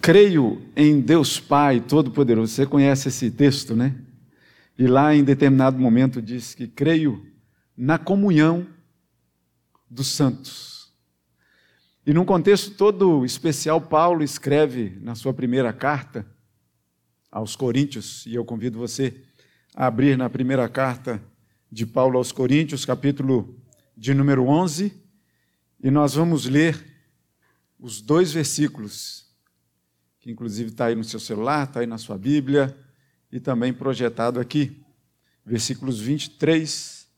Creio em Deus Pai Todo-Poderoso. Você conhece esse texto, né? E lá em determinado momento diz que creio na comunhão dos santos. E num contexto todo especial, Paulo escreve na sua primeira carta aos Coríntios, e eu convido você a abrir na primeira carta de Paulo aos Coríntios, capítulo de número 11, e nós vamos ler os 2 versículos, que inclusive está aí no seu celular, está aí na sua Bíblia, e também projetado aqui, versículos 23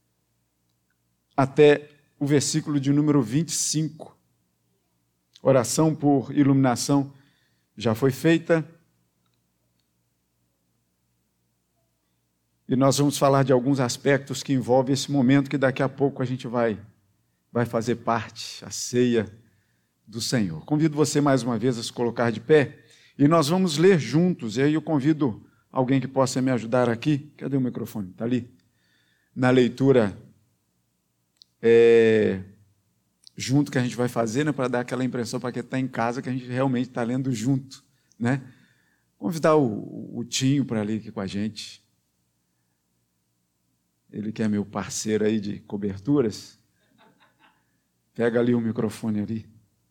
até o versículo de número 25. Oração por iluminação já foi feita. E nós vamos falar de alguns aspectos que envolvem esse momento que daqui a pouco a gente vai fazer parte, a ceia do Senhor. Convido você mais uma vez a se colocar de pé e nós vamos ler juntos. E aí eu convido alguém que possa me ajudar aqui. Cadê o microfone? Está ali. Na leitura junto que a gente vai fazer, né, para dar aquela impressão para quem está em casa que a gente realmente está lendo junto, né? Convidar o Tinho para ler aqui com a gente. Ele que é meu parceiro aí de coberturas. Pega ali o microfone ali.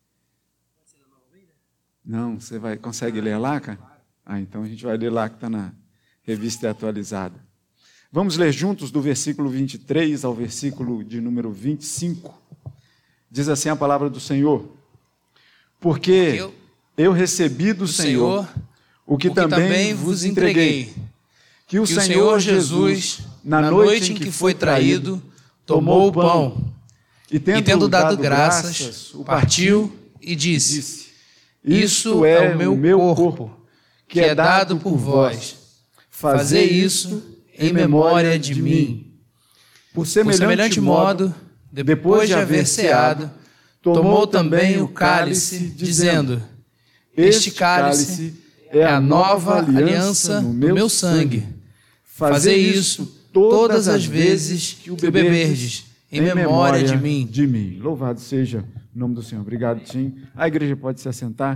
Não, você consegue ler lá, cara? Então a gente vai ler lá que está na revista atualizada. Vamos ler juntos do versículo 23 ao versículo de número 25. Diz assim a palavra do Senhor. Porque eu recebi do Senhor o que também vos entreguei. Que o Senhor Jesus, na noite em que foi traído, tomou o pão e, tendo dado graças, o partiu e disse: Isso é o meu corpo, que é dado por vós. Fazei isso em memória de mim. Por semelhante modo, depois de haver ceado, tomou também o cálice, dizendo: Este cálice é a nova aliança no meu sangue. Fazei isso todas as vezes que o beberdes, em memória de mim. Louvado seja o nome do Senhor. Obrigado, Tim. A igreja pode se assentar.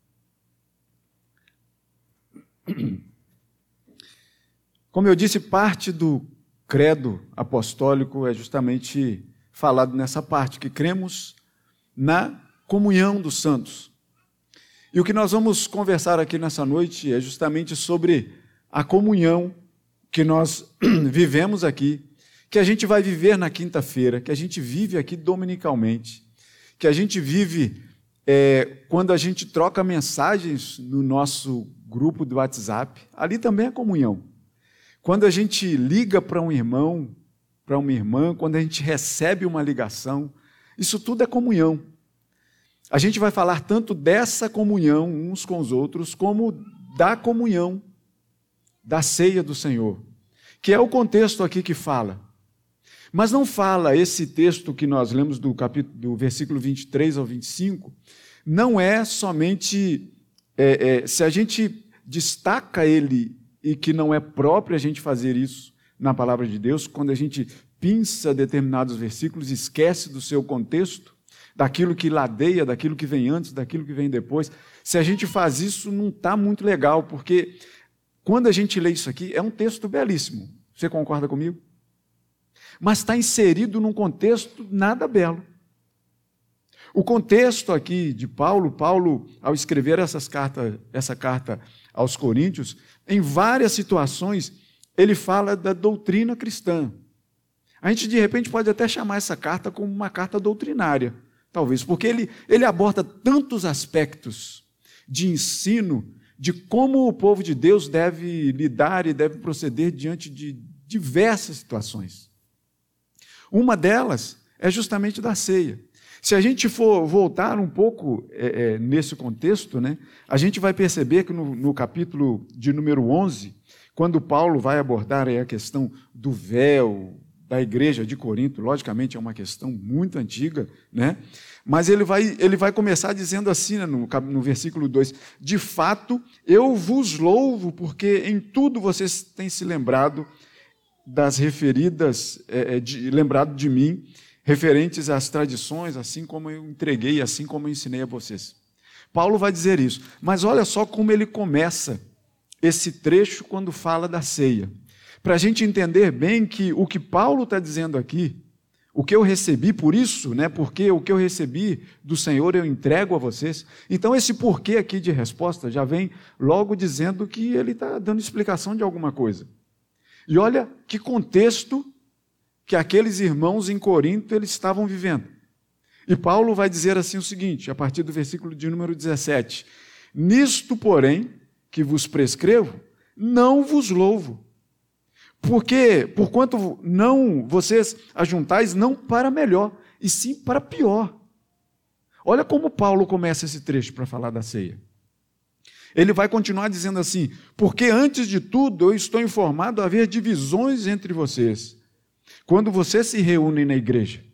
Como eu disse, parte do credo apostólico é justamente falado nessa parte, que cremos na comunhão dos santos. E o que nós vamos conversar aqui nessa noite é justamente sobre a comunhão que nós vivemos aqui, que a gente vai viver na quinta-feira, que a gente vive aqui dominicalmente, que a gente vive quando a gente troca mensagens no nosso grupo do WhatsApp, ali também é comunhão. Quando a gente liga para um irmão, para uma irmã, quando a gente recebe uma ligação, isso tudo é comunhão. A gente vai falar tanto dessa comunhão uns com os outros, como da comunhão da ceia do Senhor, que é o contexto aqui que fala. Mas não fala esse texto que nós lemos do versículo 23 ao 25, não é somente, se a gente destaca ele e que não é próprio a gente fazer isso na palavra de Deus, quando a gente pinça determinados versículos, esquece do seu contexto, daquilo que ladeia, daquilo que vem antes, daquilo que vem depois. Se a gente faz isso, não está muito legal, porque quando a gente lê isso aqui, é um texto belíssimo. Você concorda comigo? Mas está inserido num contexto nada belo. O contexto aqui de Paulo, ao escrever essa carta aos Coríntios, em várias situações, ele fala da doutrina cristã. A gente, de repente, pode até chamar essa carta como uma carta doutrinária, talvez, porque ele aborda tantos aspectos de ensino, de como o povo de Deus deve lidar e deve proceder diante de diversas situações. Uma delas é justamente da ceia. Se a gente for voltar um pouco nesse contexto, né, a gente vai perceber que no capítulo de número 11, quando Paulo vai abordar aí a questão do véu da igreja de Corinto, logicamente é uma questão muito antiga, né? Mas ele vai começar dizendo assim, né, no versículo 2, de fato, eu vos louvo, porque em tudo vocês têm se lembrado das referidas, lembrado de mim, referentes às tradições, assim como eu entreguei, assim como eu ensinei a vocês. Paulo vai dizer isso. Mas olha só como ele começa esse trecho quando fala da ceia. Para a gente entender bem que o que Paulo está dizendo aqui, o que eu recebi, por isso, porque o que eu recebi do Senhor eu entrego a vocês. Então esse porquê aqui de resposta já vem logo dizendo que ele está dando explicação de alguma coisa. E olha que contexto que aqueles irmãos em Corinto eles estavam vivendo. E Paulo vai dizer assim o seguinte, a partir do versículo de número 17: nisto, porém, que vos prescrevo, não vos louvo. Porque, porquanto não vocês ajuntais não para melhor, e sim para pior. Olha como Paulo começa esse trecho para falar da ceia. Ele vai continuar dizendo assim: porque antes de tudo eu estou informado a haver divisões entre vocês, quando vocês se reúnem na igreja.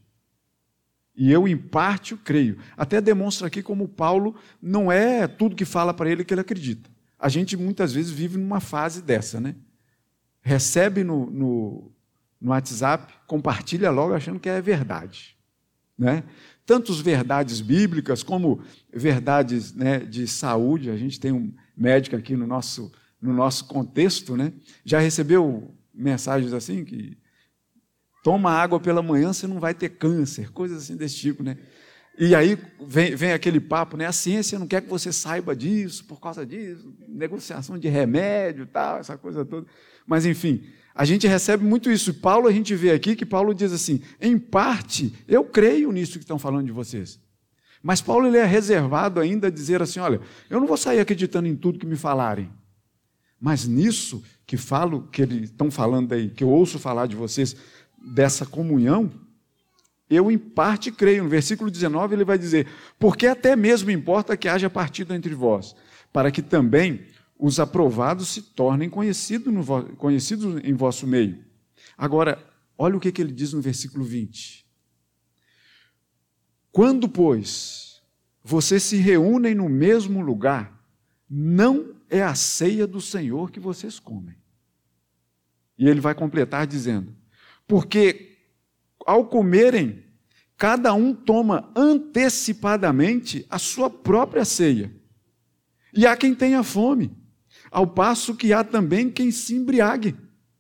E eu, em parte, o creio. Até demonstra aqui como Paulo não é tudo que fala para ele que ele acredita. A gente muitas vezes vive numa fase dessa, Recebe no WhatsApp, compartilha logo achando que é verdade. Tanto as verdades bíblicas como verdades de saúde. A gente tem um médico aqui no nosso contexto. Já recebeu mensagens assim que toma água pela manhã, você não vai ter câncer, coisas assim desse tipo. E aí vem aquele papo, a ciência não quer que você saiba disso, por causa disso, negociação de remédio, tal, essa coisa toda. Mas, enfim, a gente recebe muito isso. Paulo, a gente vê aqui que Paulo diz assim: em parte, eu creio nisso que estão falando de vocês. Mas Paulo ele é reservado ainda a dizer assim: olha, eu não vou sair acreditando em tudo que me falarem. Mas nisso que eles estão falando aí, que eu ouço falar de vocês, dessa comunhão, eu em parte creio. No versículo 19 ele vai dizer: porque até mesmo importa que haja partido entre vós, para que também os aprovados se tornem conhecidos em vosso meio. Agora, olha o que ele diz no versículo 20. Quando, pois, vocês se reúnem no mesmo lugar, não é a ceia do Senhor que vocês comem. E ele vai completar dizendo: porque ao comerem, cada um toma antecipadamente a sua própria ceia. E há quem tenha fome, ao passo que há também quem se embriague.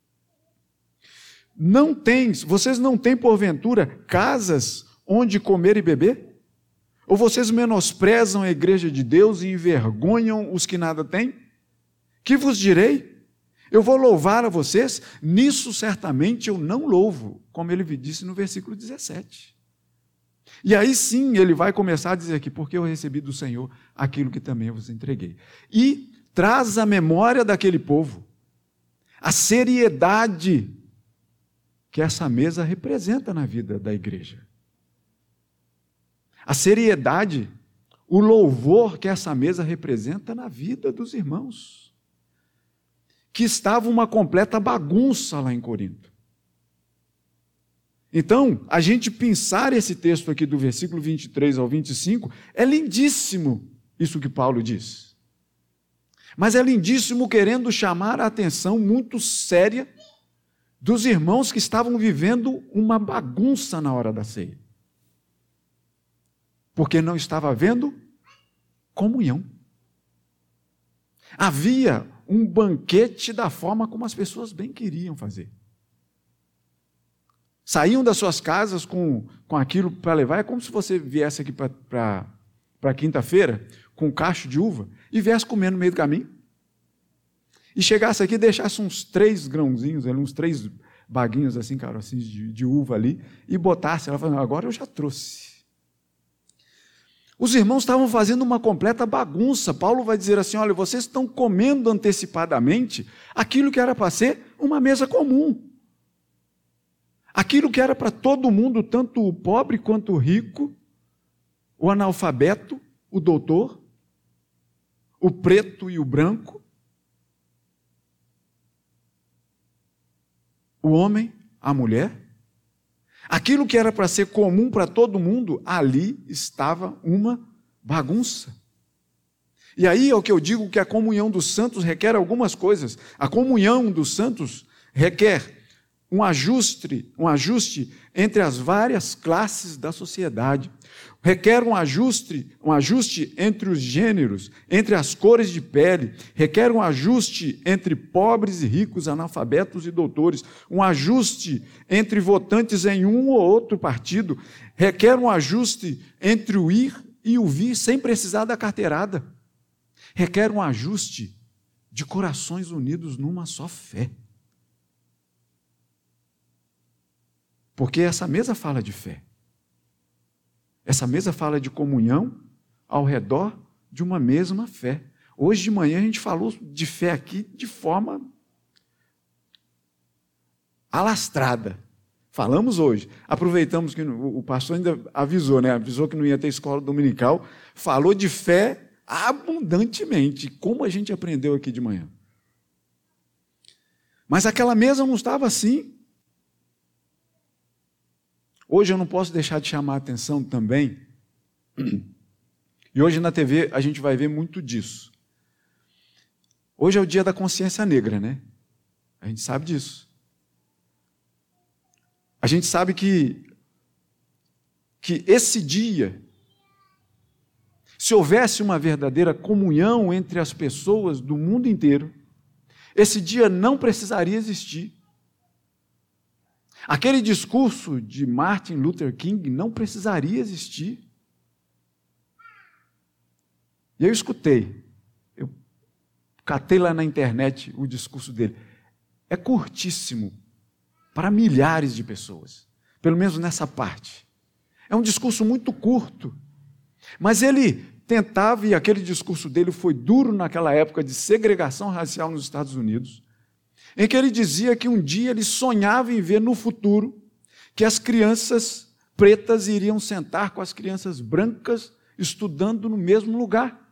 Vocês não têm, porventura, casas onde comer e beber? Ou vocês menosprezam a igreja de Deus e envergonham os que nada têm? Que vos direi? Eu vou louvar a vocês? Nisso certamente eu não louvo, como ele disse no versículo 17. E aí sim ele vai começar a dizer aqui: porque eu recebi do Senhor aquilo que também vos entreguei. E traz à memória daquele povo a seriedade que essa mesa representa na vida da igreja. A seriedade, o louvor que essa mesa representa na vida dos irmãos, que estava uma completa bagunça lá em Corinto. Então, a gente pensar esse texto aqui do versículo 23 ao 25, é lindíssimo isso que Paulo diz. Mas é lindíssimo querendo chamar a atenção muito séria dos irmãos que estavam vivendo uma bagunça na hora da ceia. Porque não estava havendo comunhão. Havia um banquete da forma como as pessoas bem queriam fazer. Saíam das suas casas com aquilo para levar. É como se você viesse aqui para quinta-feira com um cacho de uva e viesse comer no meio do caminho. E chegasse aqui e deixasse uns 3 grãozinhos, uns 3 baguinhos assim, carocinhos de uva ali, e botasse. Ela falou: agora eu já trouxe. Os irmãos estavam fazendo uma completa bagunça. Paulo vai dizer assim: olha, vocês estão comendo antecipadamente aquilo que era para ser uma mesa comum. Aquilo que era para todo mundo, tanto o pobre quanto o rico, o analfabeto, o doutor, o preto e o branco, o homem, a mulher. Aquilo que era para ser comum para todo mundo, ali estava uma bagunça. E aí é o que eu digo, que a comunhão dos santos requer algumas coisas. A comunhão dos santos requer um ajuste entre as várias classes da sociedade. Requer um ajuste entre os gêneros, entre as cores de pele, requer um ajuste entre pobres e ricos, analfabetos e doutores, um ajuste entre votantes em um ou outro partido, requer um ajuste entre o ir e o vir, sem precisar da carteirada. Requer um ajuste de corações unidos numa só fé. Porque essa mesa fala de fé. Essa mesa fala de comunhão ao redor de uma mesma fé. Hoje de manhã a gente falou de fé aqui de forma alastrada. Falamos hoje. Aproveitamos que o pastor ainda avisou, né? Avisou que não ia ter escola dominical. Falou de fé abundantemente, como a gente aprendeu aqui de manhã. Mas aquela mesa não estava assim. Hoje eu não posso deixar de chamar a atenção também, e hoje na TV a gente vai ver muito disso. Hoje é o dia da consciência negra, né? A gente sabe disso. A gente sabe que esse dia, se houvesse uma verdadeira comunhão entre as pessoas do mundo inteiro, esse dia não precisaria existir. Aquele discurso de Martin Luther King não precisaria existir. E eu escutei, eu catei lá na internet o discurso dele. É curtíssimo para milhares de pessoas, pelo menos nessa parte. É um discurso muito curto, mas ele tentava, e aquele discurso dele foi duro naquela época de segregação racial nos Estados Unidos, em que ele dizia que um dia ele sonhava em ver no futuro que as crianças pretas iriam sentar com as crianças brancas estudando no mesmo lugar.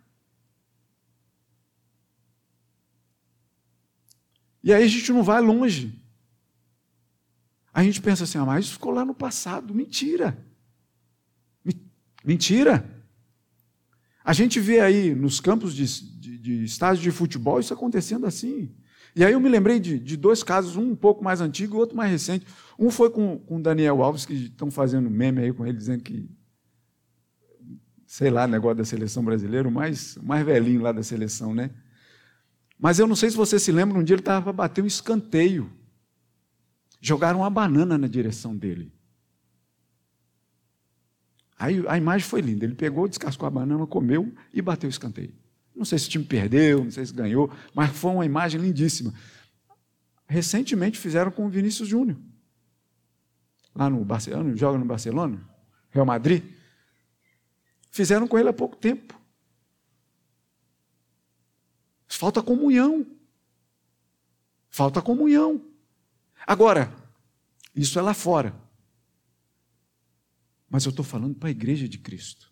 E aí a gente não vai longe. A gente pensa assim, mas isso ficou lá no passado. Mentira. Mentira. A gente vê aí nos campos de estádios de futebol isso acontecendo assim. E aí eu me lembrei de dois casos, um pouco mais antigo e outro mais recente. Um foi com o Daniel Alves, que estão fazendo meme aí com ele, dizendo que, sei lá, negócio da seleção brasileira, o mais velhinho lá da seleção, né? Mas eu não sei se você se lembra, um dia ele estava para bater um escanteio. Jogaram uma banana na direção dele. Aí a imagem foi linda, ele pegou, descascou a banana, comeu e bateu o escanteio. Não sei se o time perdeu, não sei se ganhou, mas foi uma imagem lindíssima. Recentemente fizeram com o Vinícius Júnior. Lá no Barcelona, joga no Barcelona, Real Madrid. Fizeram com ele há pouco tempo. Falta comunhão. Falta comunhão. Agora, isso é lá fora. Mas eu estou falando para a igreja de Cristo.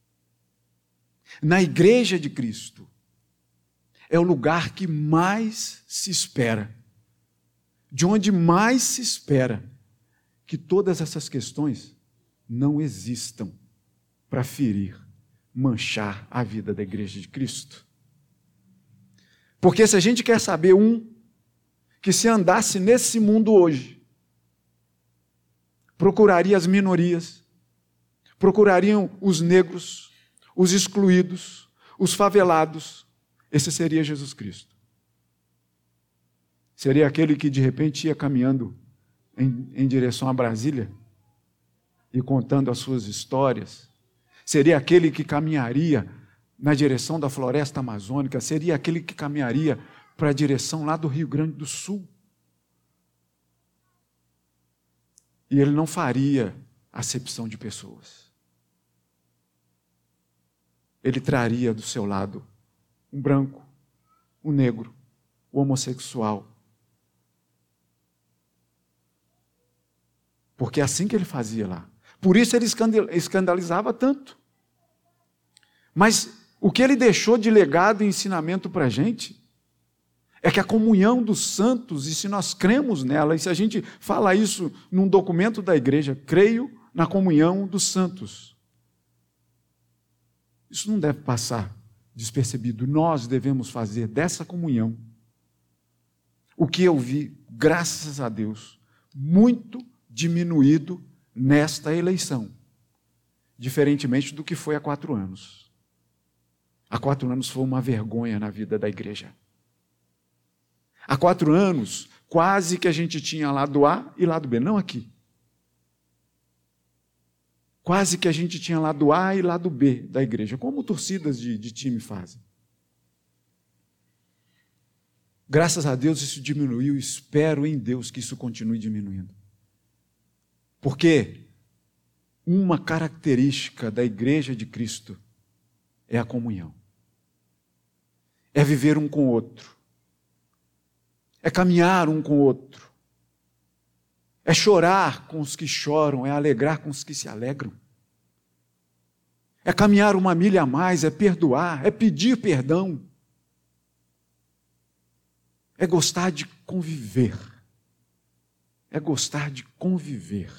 Na igreja de Cristo, é o lugar que mais se espera, de onde mais se espera que todas essas questões não existam para ferir, manchar a vida da igreja de Cristo. Porque se a gente quer saber que se andasse nesse mundo hoje, procuraria as minorias, procurariam os negros, os excluídos, os favelados, esse seria Jesus Cristo. Seria aquele que de repente ia caminhando em direção a Brasília e contando as suas histórias. Seria aquele que caminharia na direção da floresta amazônica, seria aquele que caminharia para a direção lá do Rio Grande do Sul. E ele não faria acepção de pessoas. Ele traria do seu lado um branco, um negro, o homossexual. Porque é assim que ele fazia lá. Por isso ele escandalizava tanto. Mas o que ele deixou de legado e ensinamento para a gente é que a comunhão dos santos, e se nós cremos nela, e se a gente fala isso num documento da igreja, creio na comunhão dos santos. Isso não deve passar despercebido. Nós devemos fazer dessa comunhão o que eu vi, graças a Deus, muito diminuído nesta eleição, diferentemente do que foi há 4 anos. Há 4 anos foi uma vergonha na vida da igreja. Há 4 anos, quase que a gente tinha lado A e lado B, não aqui. Quase que a gente tinha lado A e lado B da igreja, como torcidas de time fazem. Graças a Deus isso diminuiu, espero em Deus que isso continue diminuindo. Porque uma característica da igreja de Cristo é a comunhão. É viver um com o outro. É caminhar um com o outro. É chorar com os que choram, é alegrar com os que se alegram. É caminhar uma milha a mais, é perdoar, é pedir perdão. É gostar de conviver. É gostar de conviver.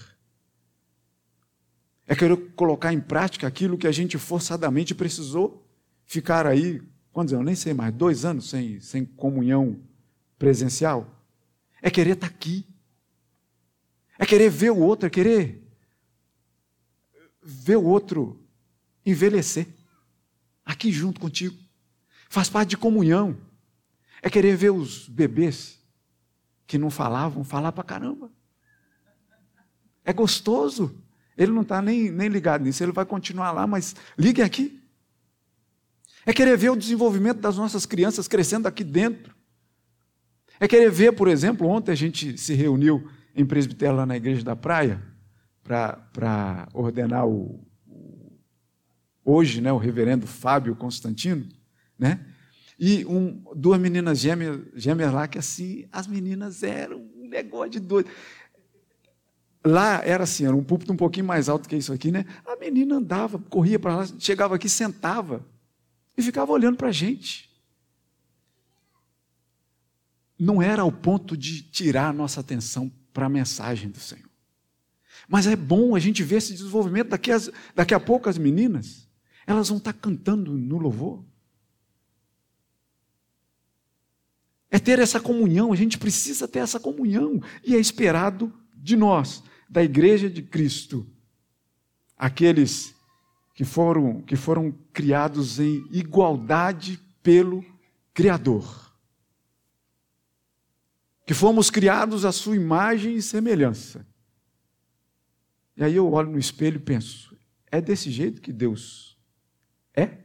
É querer colocar em prática aquilo que a gente forçadamente precisou ficar aí, quantos anos? Eu nem sei mais, 2 anos sem comunhão presencial. É querer estar aqui. É querer ver o outro, é querer ver o outro envelhecer. Aqui junto contigo. Faz parte de comunhão. É querer ver os bebês que não falavam, falar pra caramba. É gostoso. Ele não está nem ligado nisso, ele vai continuar lá, mas ligue aqui. É querer ver o desenvolvimento das nossas crianças crescendo aqui dentro. É querer ver, por exemplo, ontem a gente se reuniu em presbitério lá na igreja da praia, para ordenar hoje, né, o reverendo Fábio Constantino, né? E 2 meninas gêmeas lá, que assim, as meninas eram um negócio de doido. Lá era assim, era um púlpito um pouquinho mais alto que isso aqui, né? A menina andava, corria para lá, chegava aqui, sentava e ficava olhando para a gente. Não era ao ponto de tirar a nossa atenção para a mensagem do Senhor. Mas é bom a gente ver esse desenvolvimento. Daqui a pouco as meninas, elas vão estar cantando no louvor. É ter essa comunhão, a gente precisa ter essa comunhão. E é esperado de nós, da igreja de Cristo, aqueles que foram criados em igualdade pelo Criador. Que fomos criados à sua imagem e semelhança. E aí eu olho no espelho e penso, é desse jeito que Deus é?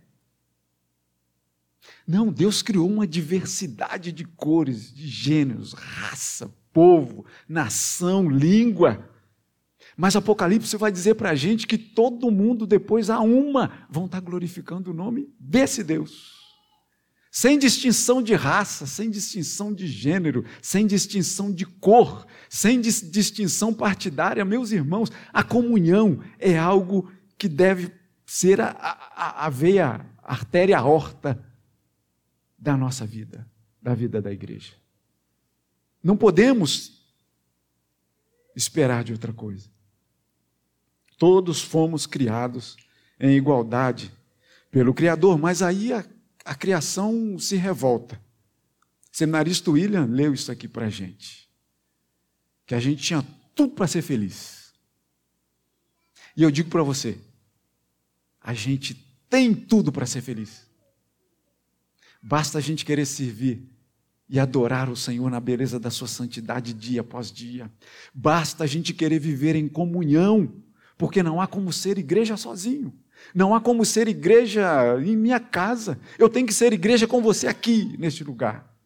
Não, Deus criou uma diversidade de cores, de gêneros, raça, povo, nação, língua. Mas Apocalipse vai dizer para a gente que todo mundo, depois a uma, vão estar glorificando o nome desse Deus. Sem distinção de raça, sem distinção de gênero, sem distinção de cor, sem distinção partidária. Meus irmãos, a comunhão é algo que deve ser a veia, a artéria aorta da nossa vida, da vida da igreja. Não podemos esperar de outra coisa. Todos fomos criados em igualdade pelo Criador, mas aí a criação se revolta. O seminarista William leu isso aqui para a gente, que a gente tinha tudo para ser feliz. E eu digo para você, a gente tem tudo para ser feliz. Basta a gente querer servir e adorar o Senhor na beleza da sua santidade dia após dia. Basta a gente querer viver em comunhão, porque não há como ser igreja sozinho. Não há como ser igreja em minha casa. Eu tenho que ser igreja com você aqui, neste lugar.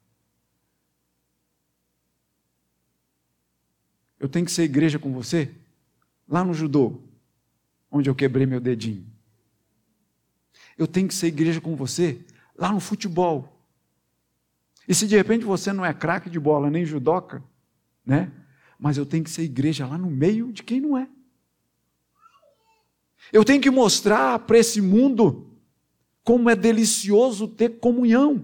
Eu tenho que ser igreja com você lá no judô, onde eu quebrei meu dedinho. Eu tenho que ser igreja com você lá no futebol. E se de repente você não é craque de bola, nem judoca, né? Mas eu tenho que ser igreja lá no meio de quem não é. Eu tenho que mostrar para esse mundo como é delicioso ter comunhão.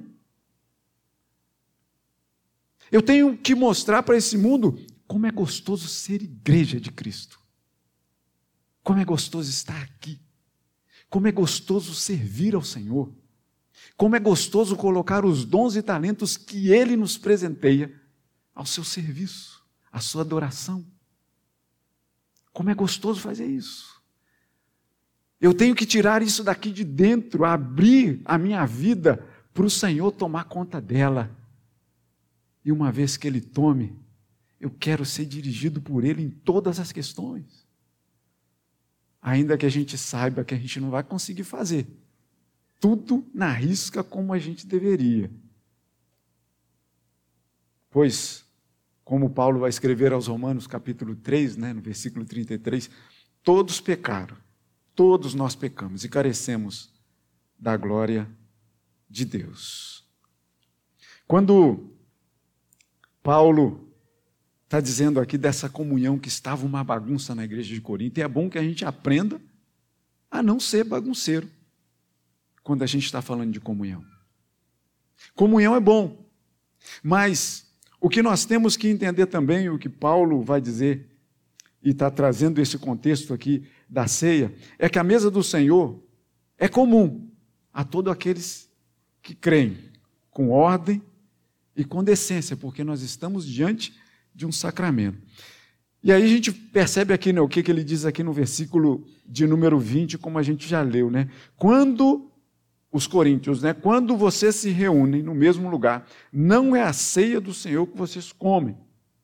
Eu tenho que mostrar para esse mundo como é gostoso ser igreja de Cristo. Como é gostoso estar aqui. Como é gostoso servir ao Senhor. Como é gostoso colocar os dons e talentos que Ele nos presenteia ao seu serviço, a sua adoração. Como é gostoso fazer isso. Eu tenho que tirar isso daqui de dentro, abrir a minha vida para o Senhor tomar conta dela. E uma vez que Ele tome, eu quero ser dirigido por Ele em todas as questões. Ainda que a gente saiba que a gente não vai conseguir fazer tudo na risca como a gente deveria. Pois, como Paulo vai escrever aos Romanos, capítulo 3, no versículo 33, todos pecaram, todos nós pecamos e carecemos da glória de Deus. Quando Paulo está dizendo aqui dessa comunhão que estava uma bagunça na igreja de Corinto, e é bom que a gente aprenda a não ser bagunceiro quando a gente está falando de comunhão. Comunhão é bom, mas o que nós temos que entender também, o que Paulo vai dizer, e está trazendo esse contexto aqui da ceia, é que a mesa do Senhor é comum a todos aqueles que creem, com ordem e com decência, porque nós estamos diante de um sacramento. E aí a gente percebe aqui, o que ele diz aqui no versículo de número 20, como a gente já leu, quando os coríntios, quando vocês se reúnem no mesmo lugar, não é a ceia do Senhor que vocês comem,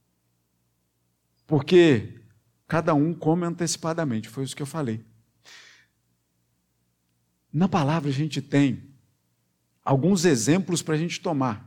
porque cada um come antecipadamente, foi isso que eu falei. Na palavra a gente tem alguns exemplos para a gente tomar.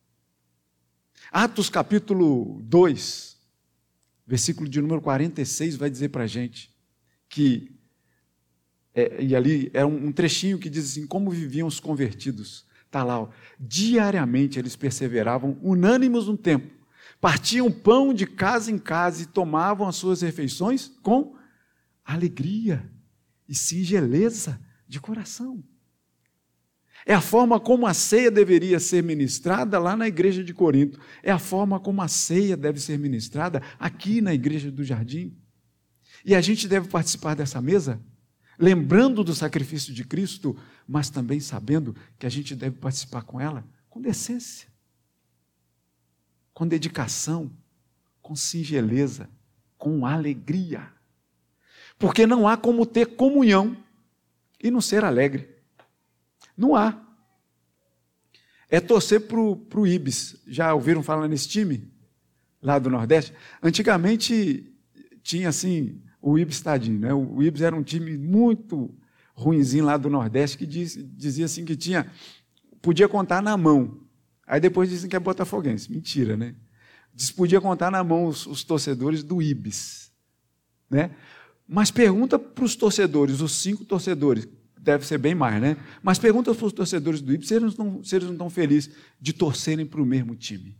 Atos capítulo 2, versículo de número 46, vai dizer para a gente que, e ali é um trechinho que diz assim, como viviam os convertidos. Está lá, diariamente eles perseveravam, unânimes no templo, partiam pão de casa em casa e tomavam as suas refeições com alegria e singeleza de coração. É a forma como a ceia deveria ser ministrada lá na igreja de Corinto. É a forma como a ceia deve ser ministrada aqui na igreja do Jardim. E a gente deve participar dessa mesa, lembrando do sacrifício de Cristo, mas também sabendo que a gente deve participar com ela com decência, com dedicação, com singeleza, com alegria. Porque não há como ter comunhão e não ser alegre. Não há. É torcer para o Ibis. Já ouviram falar nesse time? Lá do Nordeste? Antigamente tinha assim, o Ibis tadinho, O Ibis era um time muito ruinzinho lá do Nordeste, que dizia assim que podia contar na mão. Aí depois dizem que é botafoguense. Mentira, podia contar na mão os torcedores do Ibis. Mas pergunta para os torcedores, os 5 torcedores, deve ser bem mais, Mas pergunta para os torcedores do Ibis se eles não estão felizes de torcerem para o mesmo time.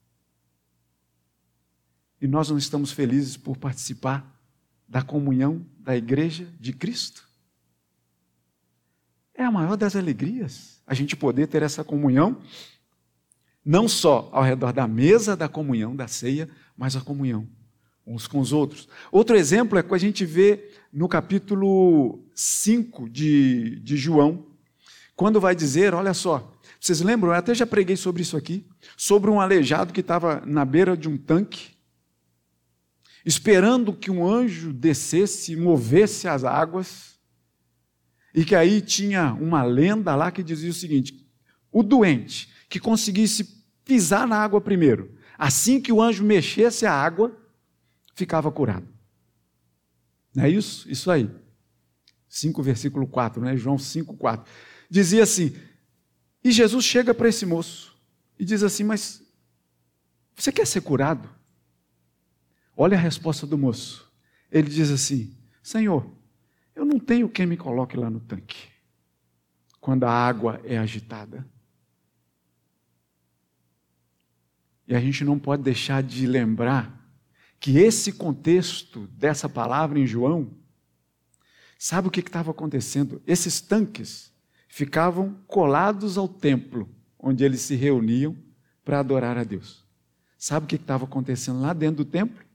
E nós não estamos felizes por participar da comunhão da igreja de Cristo? É a maior das alegrias, a gente poder ter essa comunhão, não só ao redor da mesa da comunhão, da ceia, mas a comunhão uns com os outros. Outro exemplo é que a gente vê no capítulo 5 de João, quando vai dizer, olha só, vocês lembram, eu até já preguei sobre isso aqui, sobre um aleijado que estava na beira de um tanque, esperando que um anjo descesse e movesse as águas, e que aí tinha uma lenda lá que dizia o seguinte, o doente que conseguisse pisar na água primeiro, assim que o anjo mexesse a água, ficava curado. Não é isso? Isso aí. 5, versículo 4, João 5, 4. Dizia assim, e Jesus chega para esse moço e diz assim, mas você quer ser curado? Olha a resposta do moço. Ele diz assim, Senhor, eu não tenho quem me coloque lá no tanque, quando a água é agitada. E a gente não pode deixar de lembrar que esse contexto dessa palavra em João, sabe o que estava acontecendo? Esses tanques ficavam colados ao templo, onde eles se reuniam para adorar a Deus. Sabe o que estava acontecendo lá dentro do templo?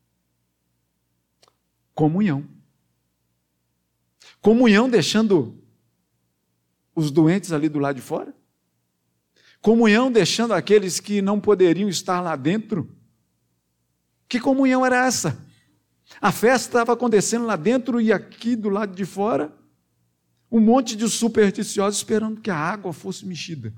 Comunhão. Comunhão deixando os doentes ali do lado de fora? Comunhão deixando aqueles que não poderiam estar lá dentro Que comunhão era essa? A festa estava acontecendo lá dentro e aqui do lado de fora, um monte de supersticiosos esperando que a água fosse mexida.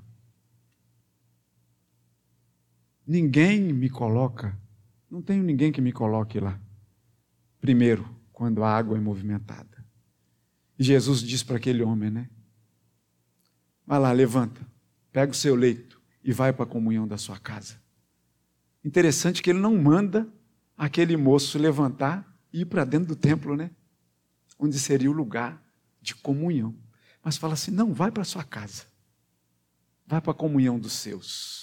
Ninguém me coloca, não tenho ninguém que me coloque lá. Primeiro, quando a água é movimentada. E Jesus diz para aquele homem, né? Vai lá, levanta, pega o seu leito e vai para a comunhão da sua casa. Interessante que ele não manda aquele moço levantar e ir para dentro do templo, né? Onde seria o lugar de comunhão. Mas fala assim, não, vai para a sua casa. Vai para a comunhão dos seus.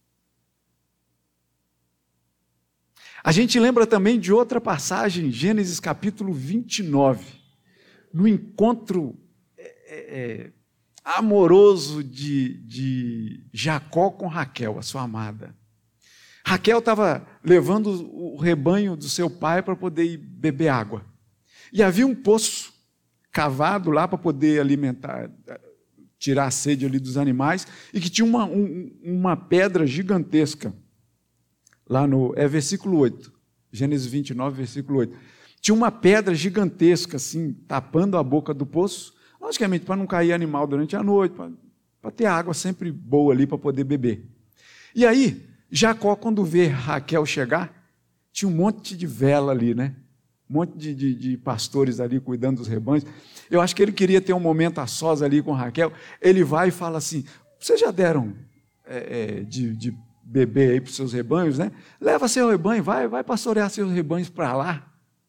A gente lembra também de outra passagem, Gênesis capítulo 29, no encontro amoroso de Jacó com Raquel, a sua amada. Raquel estava levando o rebanho do seu pai para poder ir beber água. E havia um poço cavado lá para poder alimentar, tirar a sede ali dos animais, e que tinha uma pedra gigantesca. Lá versículo 8, Gênesis 29, versículo 8. Tinha uma pedra gigantesca, assim, tapando a boca do poço, logicamente para não cair animal durante a noite, para ter água sempre boa ali para poder beber. E aí, Jacó, quando vê Raquel chegar, tinha um monte de vela ali, né? Um monte de pastores ali cuidando dos rebanhos. Eu acho que ele queria ter um momento a sós ali com Raquel. Ele vai e fala assim, vocês já deram de beber aí para os seus rebanhos, né? Leva seu rebanho, vai pastorear seus rebanhos para lá.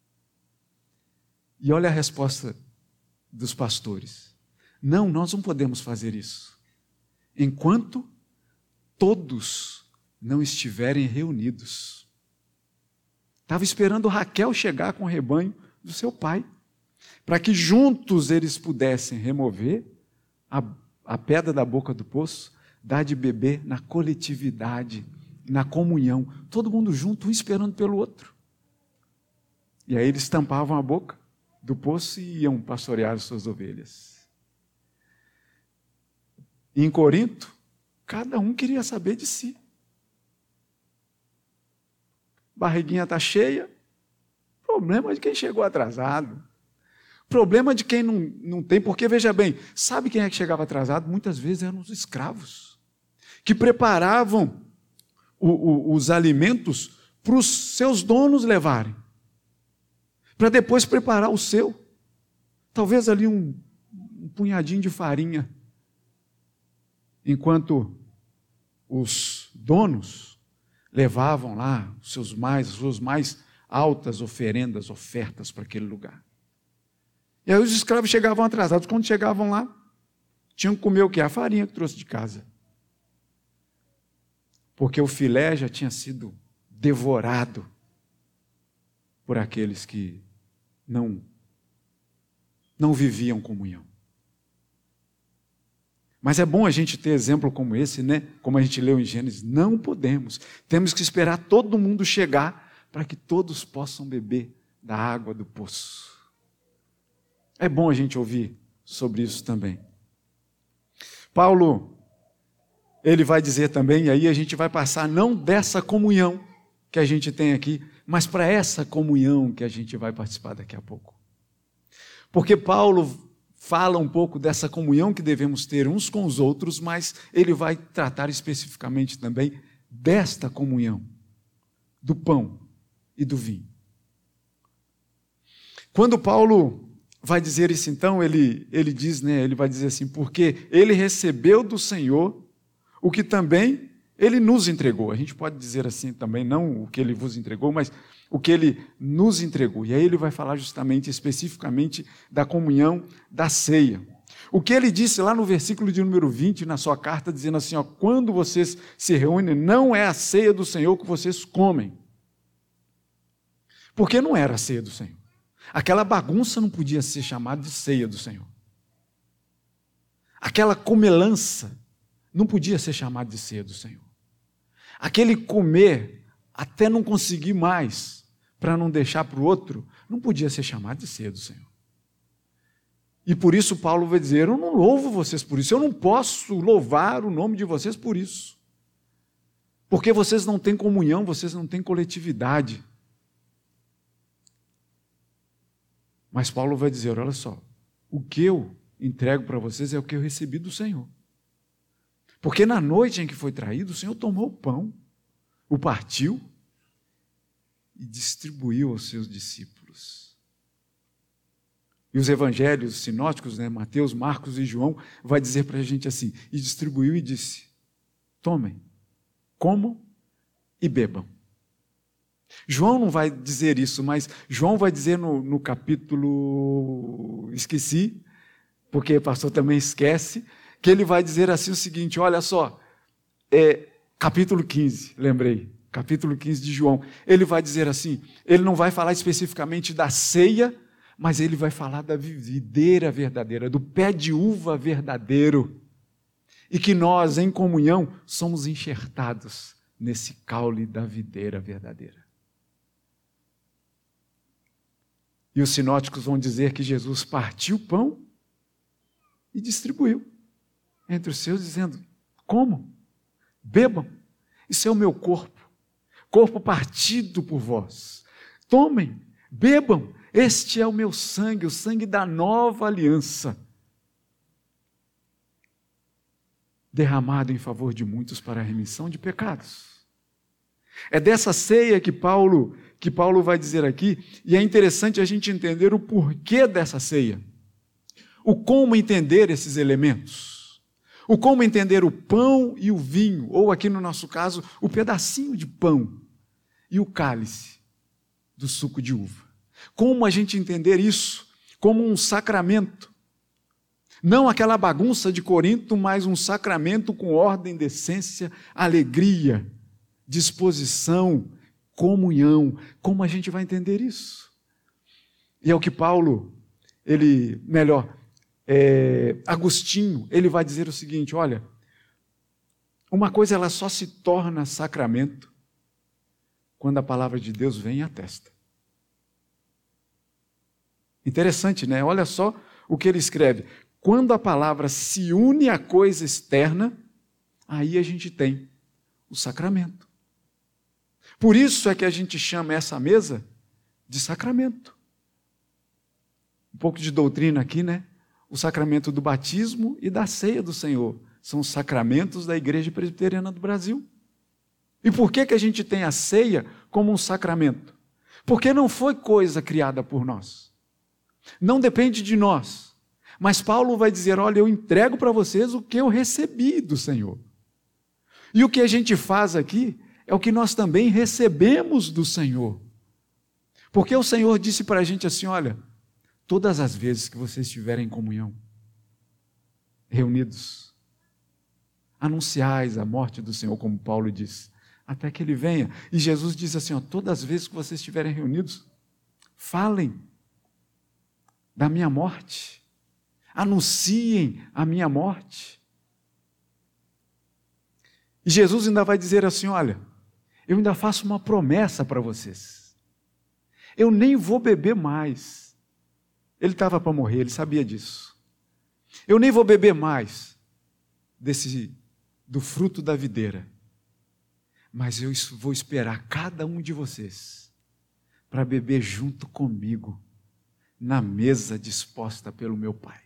E olha a resposta dos pastores. Não, nós não podemos fazer isso. Enquanto todos não estiverem reunidos. Estava esperando Raquel chegar com o rebanho do seu pai, para que juntos eles pudessem remover a pedra da boca do poço, dar de beber na coletividade, na comunhão, todo mundo junto, um esperando pelo outro. E aí eles tampavam a boca do poço e iam pastorear as suas ovelhas. E em Corinto, cada um queria saber de si. Barriguinha está cheia, problema de quem chegou atrasado. Problema de quem não tem, porque veja bem, sabe quem é que chegava atrasado? Muitas vezes eram os escravos, que preparavam os alimentos para os seus donos levarem, para depois preparar o seu. Talvez ali um punhadinho de farinha, enquanto os donos levavam lá as suas mais altas ofertas para aquele lugar. E aí os escravos chegavam atrasados. Quando chegavam lá, tinham que comer o quê? A farinha que trouxe de casa. Porque o filé já tinha sido devorado por aqueles que não viviam comunhão. Mas é bom a gente ter exemplo como esse, né? Como a gente leu em Gênesis. Não podemos. Temos que esperar todo mundo chegar para que todos possam beber da água do poço. É bom a gente ouvir sobre isso também. Paulo, ele vai dizer também, e aí a gente vai passar não dessa comunhão que a gente tem aqui, mas para essa comunhão que a gente vai participar daqui a pouco. Porque Paulo fala um pouco dessa comunhão que devemos ter uns com os outros, mas ele vai tratar especificamente também desta comunhão, do pão e do vinho. Quando Paulo vai dizer isso então, ele diz, né, ele vai dizer assim, porque ele recebeu do Senhor o que também ele nos entregou. A gente pode dizer assim também, não o que ele vos entregou, mas o que ele nos entregou. E aí ele vai falar justamente, especificamente, da comunhão da ceia. O que ele disse lá no versículo de número 20, na sua carta, dizendo assim, ó, quando vocês se reúnem, não é a ceia do Senhor que vocês comem. Porque não era a ceia do Senhor. Aquela bagunça não podia ser chamada de ceia do Senhor. Aquela comelança não podia ser chamada de ceia do Senhor. Aquele comer até não conseguir mais, para não deixar para o outro, não podia ser chamado de ceia do Senhor. E por isso Paulo vai dizer, eu não louvo vocês por isso, eu não posso louvar o nome de vocês por isso. Porque vocês não têm comunhão, vocês não têm coletividade. Mas Paulo vai dizer, olha só, o que eu entrego para vocês é o que eu recebi do Senhor. Porque na noite em que foi traído, o Senhor tomou o pão, o partiu e distribuiu aos seus discípulos. E os evangelhos sinóticos, Mateus, Marcos e João, vai dizer para a gente assim, e distribuiu e disse, tomem, comam e bebam. João não vai dizer isso, mas João vai dizer no capítulo, esqueci, porque o pastor também esquece, que ele vai dizer assim o seguinte, olha só, capítulo 15, lembrei, capítulo 15 de João, ele vai dizer assim, ele não vai falar especificamente da ceia, mas ele vai falar da videira verdadeira, do pé de uva verdadeiro, e que nós, em comunhão, somos enxertados nesse caule da videira verdadeira. E os sinóticos vão dizer que Jesus partiu o pão e distribuiu entre os seus, dizendo, comam, bebam, isso é o meu corpo, corpo partido por vós. Tomem, bebam, este é o meu sangue, o sangue da nova aliança, derramado em favor de muitos para a remissão de pecados. É dessa ceia que Paulo vai dizer aqui, e é interessante a gente entender o porquê dessa ceia, o como entender esses elementos, o como entender o pão e o vinho, ou aqui no nosso caso, o pedacinho de pão e o cálice do suco de uva. Como a gente entender isso como um sacramento, não aquela bagunça de Corinto, mas um sacramento com ordem, decência, alegria, disposição, comunhão. Como a gente vai entender isso? E é o que Paulo, Agostinho, ele vai dizer o seguinte, olha, uma coisa ela só se torna sacramento quando a palavra de Deus vem e atesta. Interessante, né? Olha só o que ele escreve. Quando a palavra se une à coisa externa, aí a gente tem o sacramento. Por isso é que a gente chama essa mesa de sacramento. Um pouco de doutrina aqui, né? O sacramento do batismo e da ceia do Senhor. São os sacramentos da Igreja Presbiteriana do Brasil. E por que a gente tem a ceia como um sacramento? Porque não foi coisa criada por nós. Não depende de nós. Mas Paulo vai dizer, olha, eu entrego para vocês o que eu recebi do Senhor. E o que a gente faz aqui é o que nós também recebemos do Senhor. Porque o Senhor disse para a gente assim, olha, todas as vezes que vocês estiverem em comunhão, reunidos, anunciais a morte do Senhor, como Paulo diz, até que Ele venha. E Jesus diz assim, todas as vezes que vocês estiverem reunidos, falem da minha morte, anunciem a minha morte. E Jesus ainda vai dizer assim, olha, eu ainda faço uma promessa para vocês, eu nem vou beber mais. Ele estava para morrer, ele sabia disso. Eu nem vou beber mais do fruto da videira, mas eu vou esperar cada um de vocês para beber junto comigo na mesa disposta pelo meu Pai.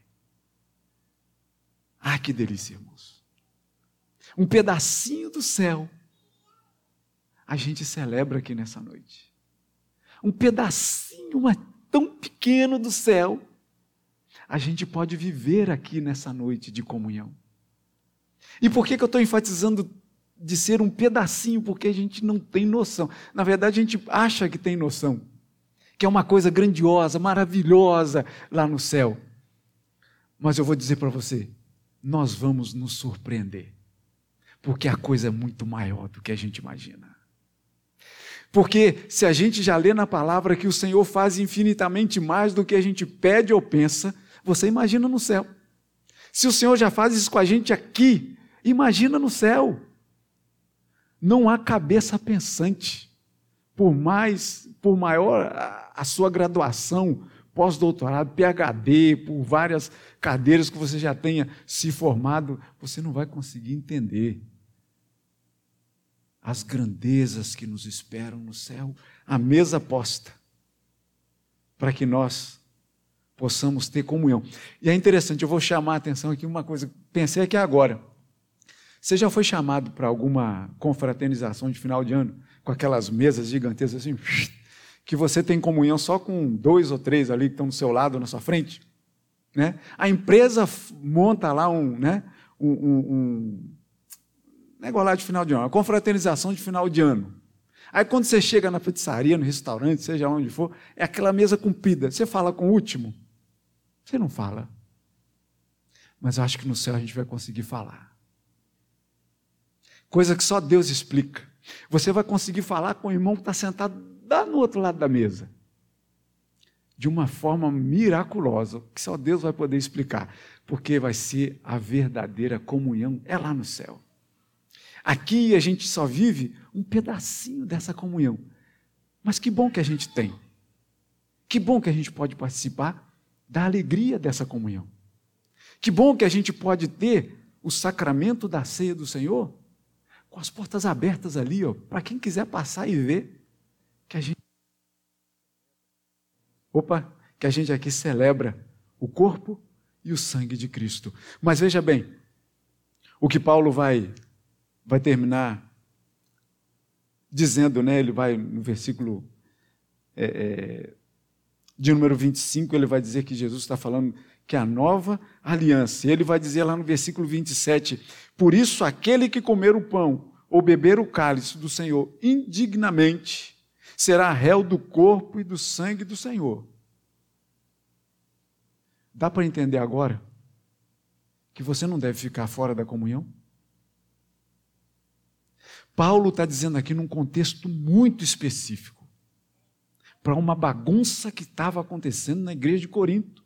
Ah, que delícia, irmãos. Um pedacinho do céu a gente celebra aqui nessa noite. Um pedacinho, mas tão pequeno do céu, a gente pode viver aqui nessa noite de comunhão. E por que eu estou enfatizando de ser um pedacinho? Porque a gente não tem noção. Na verdade, a gente acha que tem noção, que é uma coisa grandiosa, maravilhosa lá no céu. Mas eu vou dizer para você, nós vamos nos surpreender, porque a coisa é muito maior do que a gente imagina. Porque se a gente já lê na palavra que o Senhor faz infinitamente mais do que a gente pede ou pensa, você imagina no céu. Se o Senhor já faz isso com a gente aqui, imagina no céu. Não há cabeça pensante, por maior a sua graduação, pós-doutorado, PhD, por várias cadeiras que você já tenha se formado, você não vai conseguir entender as grandezas que nos esperam no céu, a mesa posta, para que nós possamos ter comunhão. E é interessante, eu vou chamar a atenção aqui uma coisa, pensei aqui agora. Você já foi chamado para alguma confraternização de final de ano, com aquelas mesas gigantescas assim, que você tem comunhão só com 2 ou 3 ali que estão do seu lado ou na sua frente? Né? A empresa monta lá um negócio lá de final de ano, uma confraternização de final de ano. Aí quando você chega na pizzaria, no restaurante, seja onde for, é aquela mesa comprida. Você fala com o último? Você não fala. Mas eu acho que no céu a gente vai conseguir falar. Coisa que só Deus explica. Você vai conseguir falar com o irmão que está sentado lá no outro lado da mesa. De uma forma miraculosa, que só Deus vai poder explicar. Porque vai ser a verdadeira comunhão, é lá no céu. Aqui a gente só vive um pedacinho dessa comunhão. Mas que bom que a gente tem. Que bom que a gente pode participar da alegria dessa comunhão. Que bom que a gente pode ter o sacramento da ceia do Senhor com as portas abertas ali, para quem quiser passar e ver que a gente aqui celebra o corpo e o sangue de Cristo. Mas veja bem, o que Paulo vai terminar dizendo, né? Ele vai no versículo de número 25, ele vai dizer que Jesus está falando que é a nova aliança. Ele vai dizer lá no versículo 27, por isso aquele que comer o pão ou beber o cálice do Senhor indignamente será réu do corpo e do sangue do Senhor. Dá para entender agora que você não deve ficar fora da comunhão? Paulo está dizendo aqui num contexto muito específico, para uma bagunça que estava acontecendo na igreja de Corinto.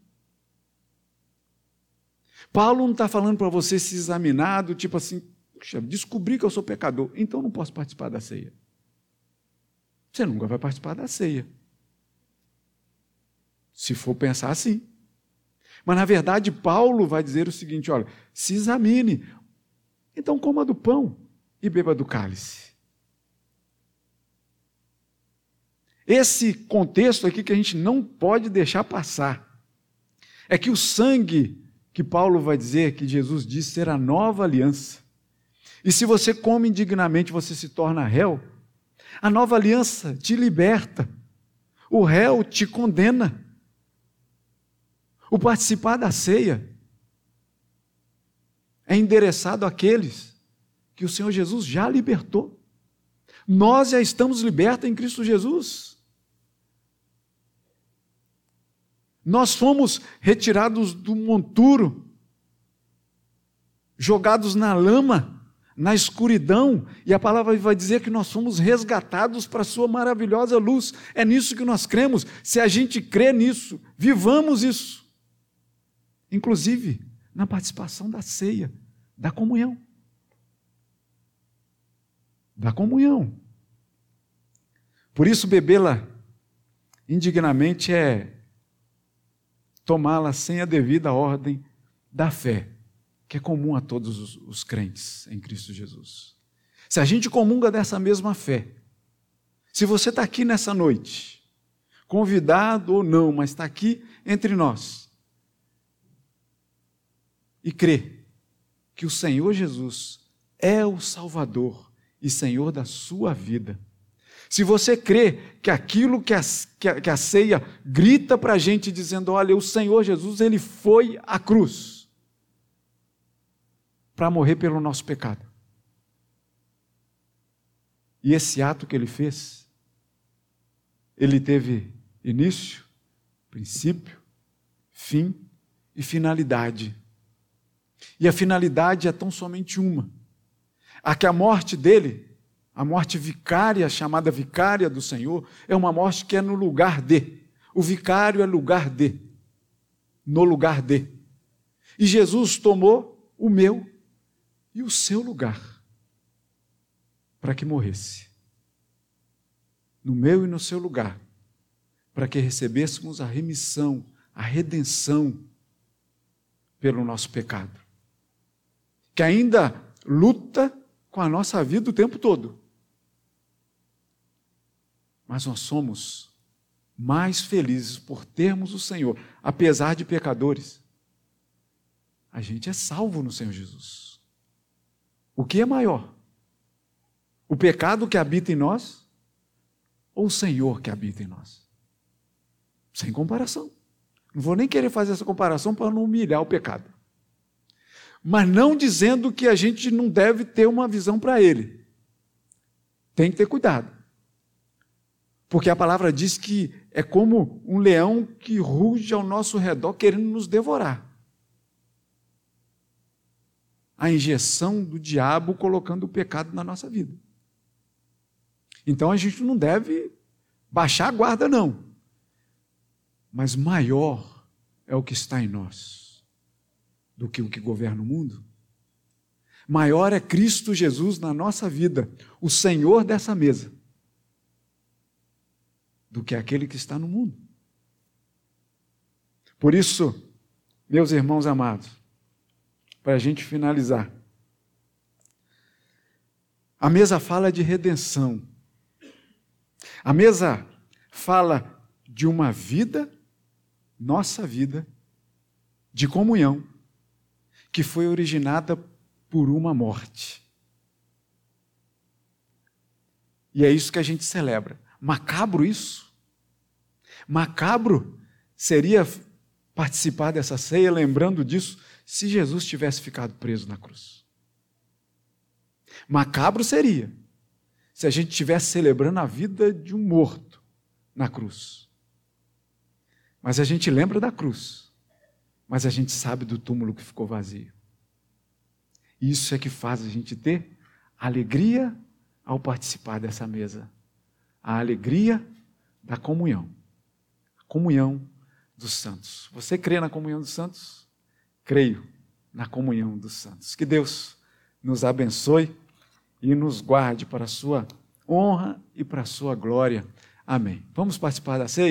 Paulo não está falando para você se examinar do tipo assim, puxa, descobri que eu sou pecador, então não posso participar da ceia. Você nunca vai participar da ceia. Se for pensar assim. Mas, na verdade, Paulo vai dizer o seguinte, olha, se examine, então coma do pão e beba do cálice. Esse contexto aqui que a gente não pode deixar passar, é que o sangue que Paulo vai dizer, que Jesus disse ser a nova aliança, e se você come indignamente, você se torna réu, a nova aliança te liberta, o réu te condena. O participar da ceia é endereçado àqueles que o Senhor Jesus já libertou. Nós já estamos libertos em Cristo Jesus. Nós fomos retirados do monturo, jogados na lama, na escuridão, e a palavra vai dizer que nós fomos resgatados para a sua maravilhosa luz. É nisso que nós cremos. Se a gente crê nisso, vivamos isso. Inclusive, na participação da ceia, da comunhão. Da comunhão. Por isso, bebê-la indignamente é tomá-la sem a devida ordem da fé, que é comum a todos os crentes em Cristo Jesus. Se a gente comunga dessa mesma fé, se você está aqui nessa noite, convidado ou não, mas está aqui entre nós, e crê que o Senhor Jesus é o Salvador e Senhor da sua vida. Se você crê que aquilo que a ceia grita para a gente dizendo, olha, o Senhor Jesus, Ele foi à cruz para morrer pelo nosso pecado. E esse ato que Ele fez, Ele teve início, princípio, fim e finalidade. E a finalidade é tão somente uma. A que a morte dele, a morte vicária, chamada vicária do Senhor, é uma morte que é no lugar de. O vicário é lugar de. No lugar de. E Jesus tomou o meu e o seu lugar para que morresse. No meu e no seu lugar. Para que recebêssemos a remissão, a redenção pelo nosso pecado. Que ainda luta com a nossa vida o tempo todo. Mas nós somos mais felizes por termos o Senhor, apesar de pecadores. A gente é salvo no Senhor Jesus. O que é maior? O pecado que habita em nós ou o Senhor que habita em nós? Sem comparação. Não vou nem querer fazer essa comparação para não humilhar o pecado. Mas não dizendo que a gente não deve ter uma visão para ele. Tem que ter cuidado. Porque a palavra diz que é como um leão que ruge ao nosso redor querendo nos devorar. A injeção do diabo colocando o pecado na nossa vida. Então a gente não deve baixar a guarda, não. Mas maior é o que está em nós do que o que governa o mundo. Maior é Cristo Jesus na nossa vida, o Senhor dessa mesa, do que aquele que está no mundo. Por isso, meus irmãos amados, para a gente finalizar, a mesa fala de redenção. A mesa fala de uma vida, nossa vida, de comunhão, que foi originada por uma morte. E é isso que a gente celebra. Macabro isso? Macabro seria participar dessa ceia lembrando disso se Jesus tivesse ficado preso na cruz. Macabro seria se a gente estivesse celebrando a vida de um morto na cruz. Mas a gente lembra da cruz, mas a gente sabe do túmulo que ficou vazio. Isso é que faz a gente ter alegria ao participar dessa mesa. A alegria da comunhão. A comunhão dos santos. Você crê na comunhão dos santos? Creio na comunhão dos santos. Que Deus nos abençoe e nos guarde para a sua honra e para a sua glória. Amém. Vamos participar da ceia?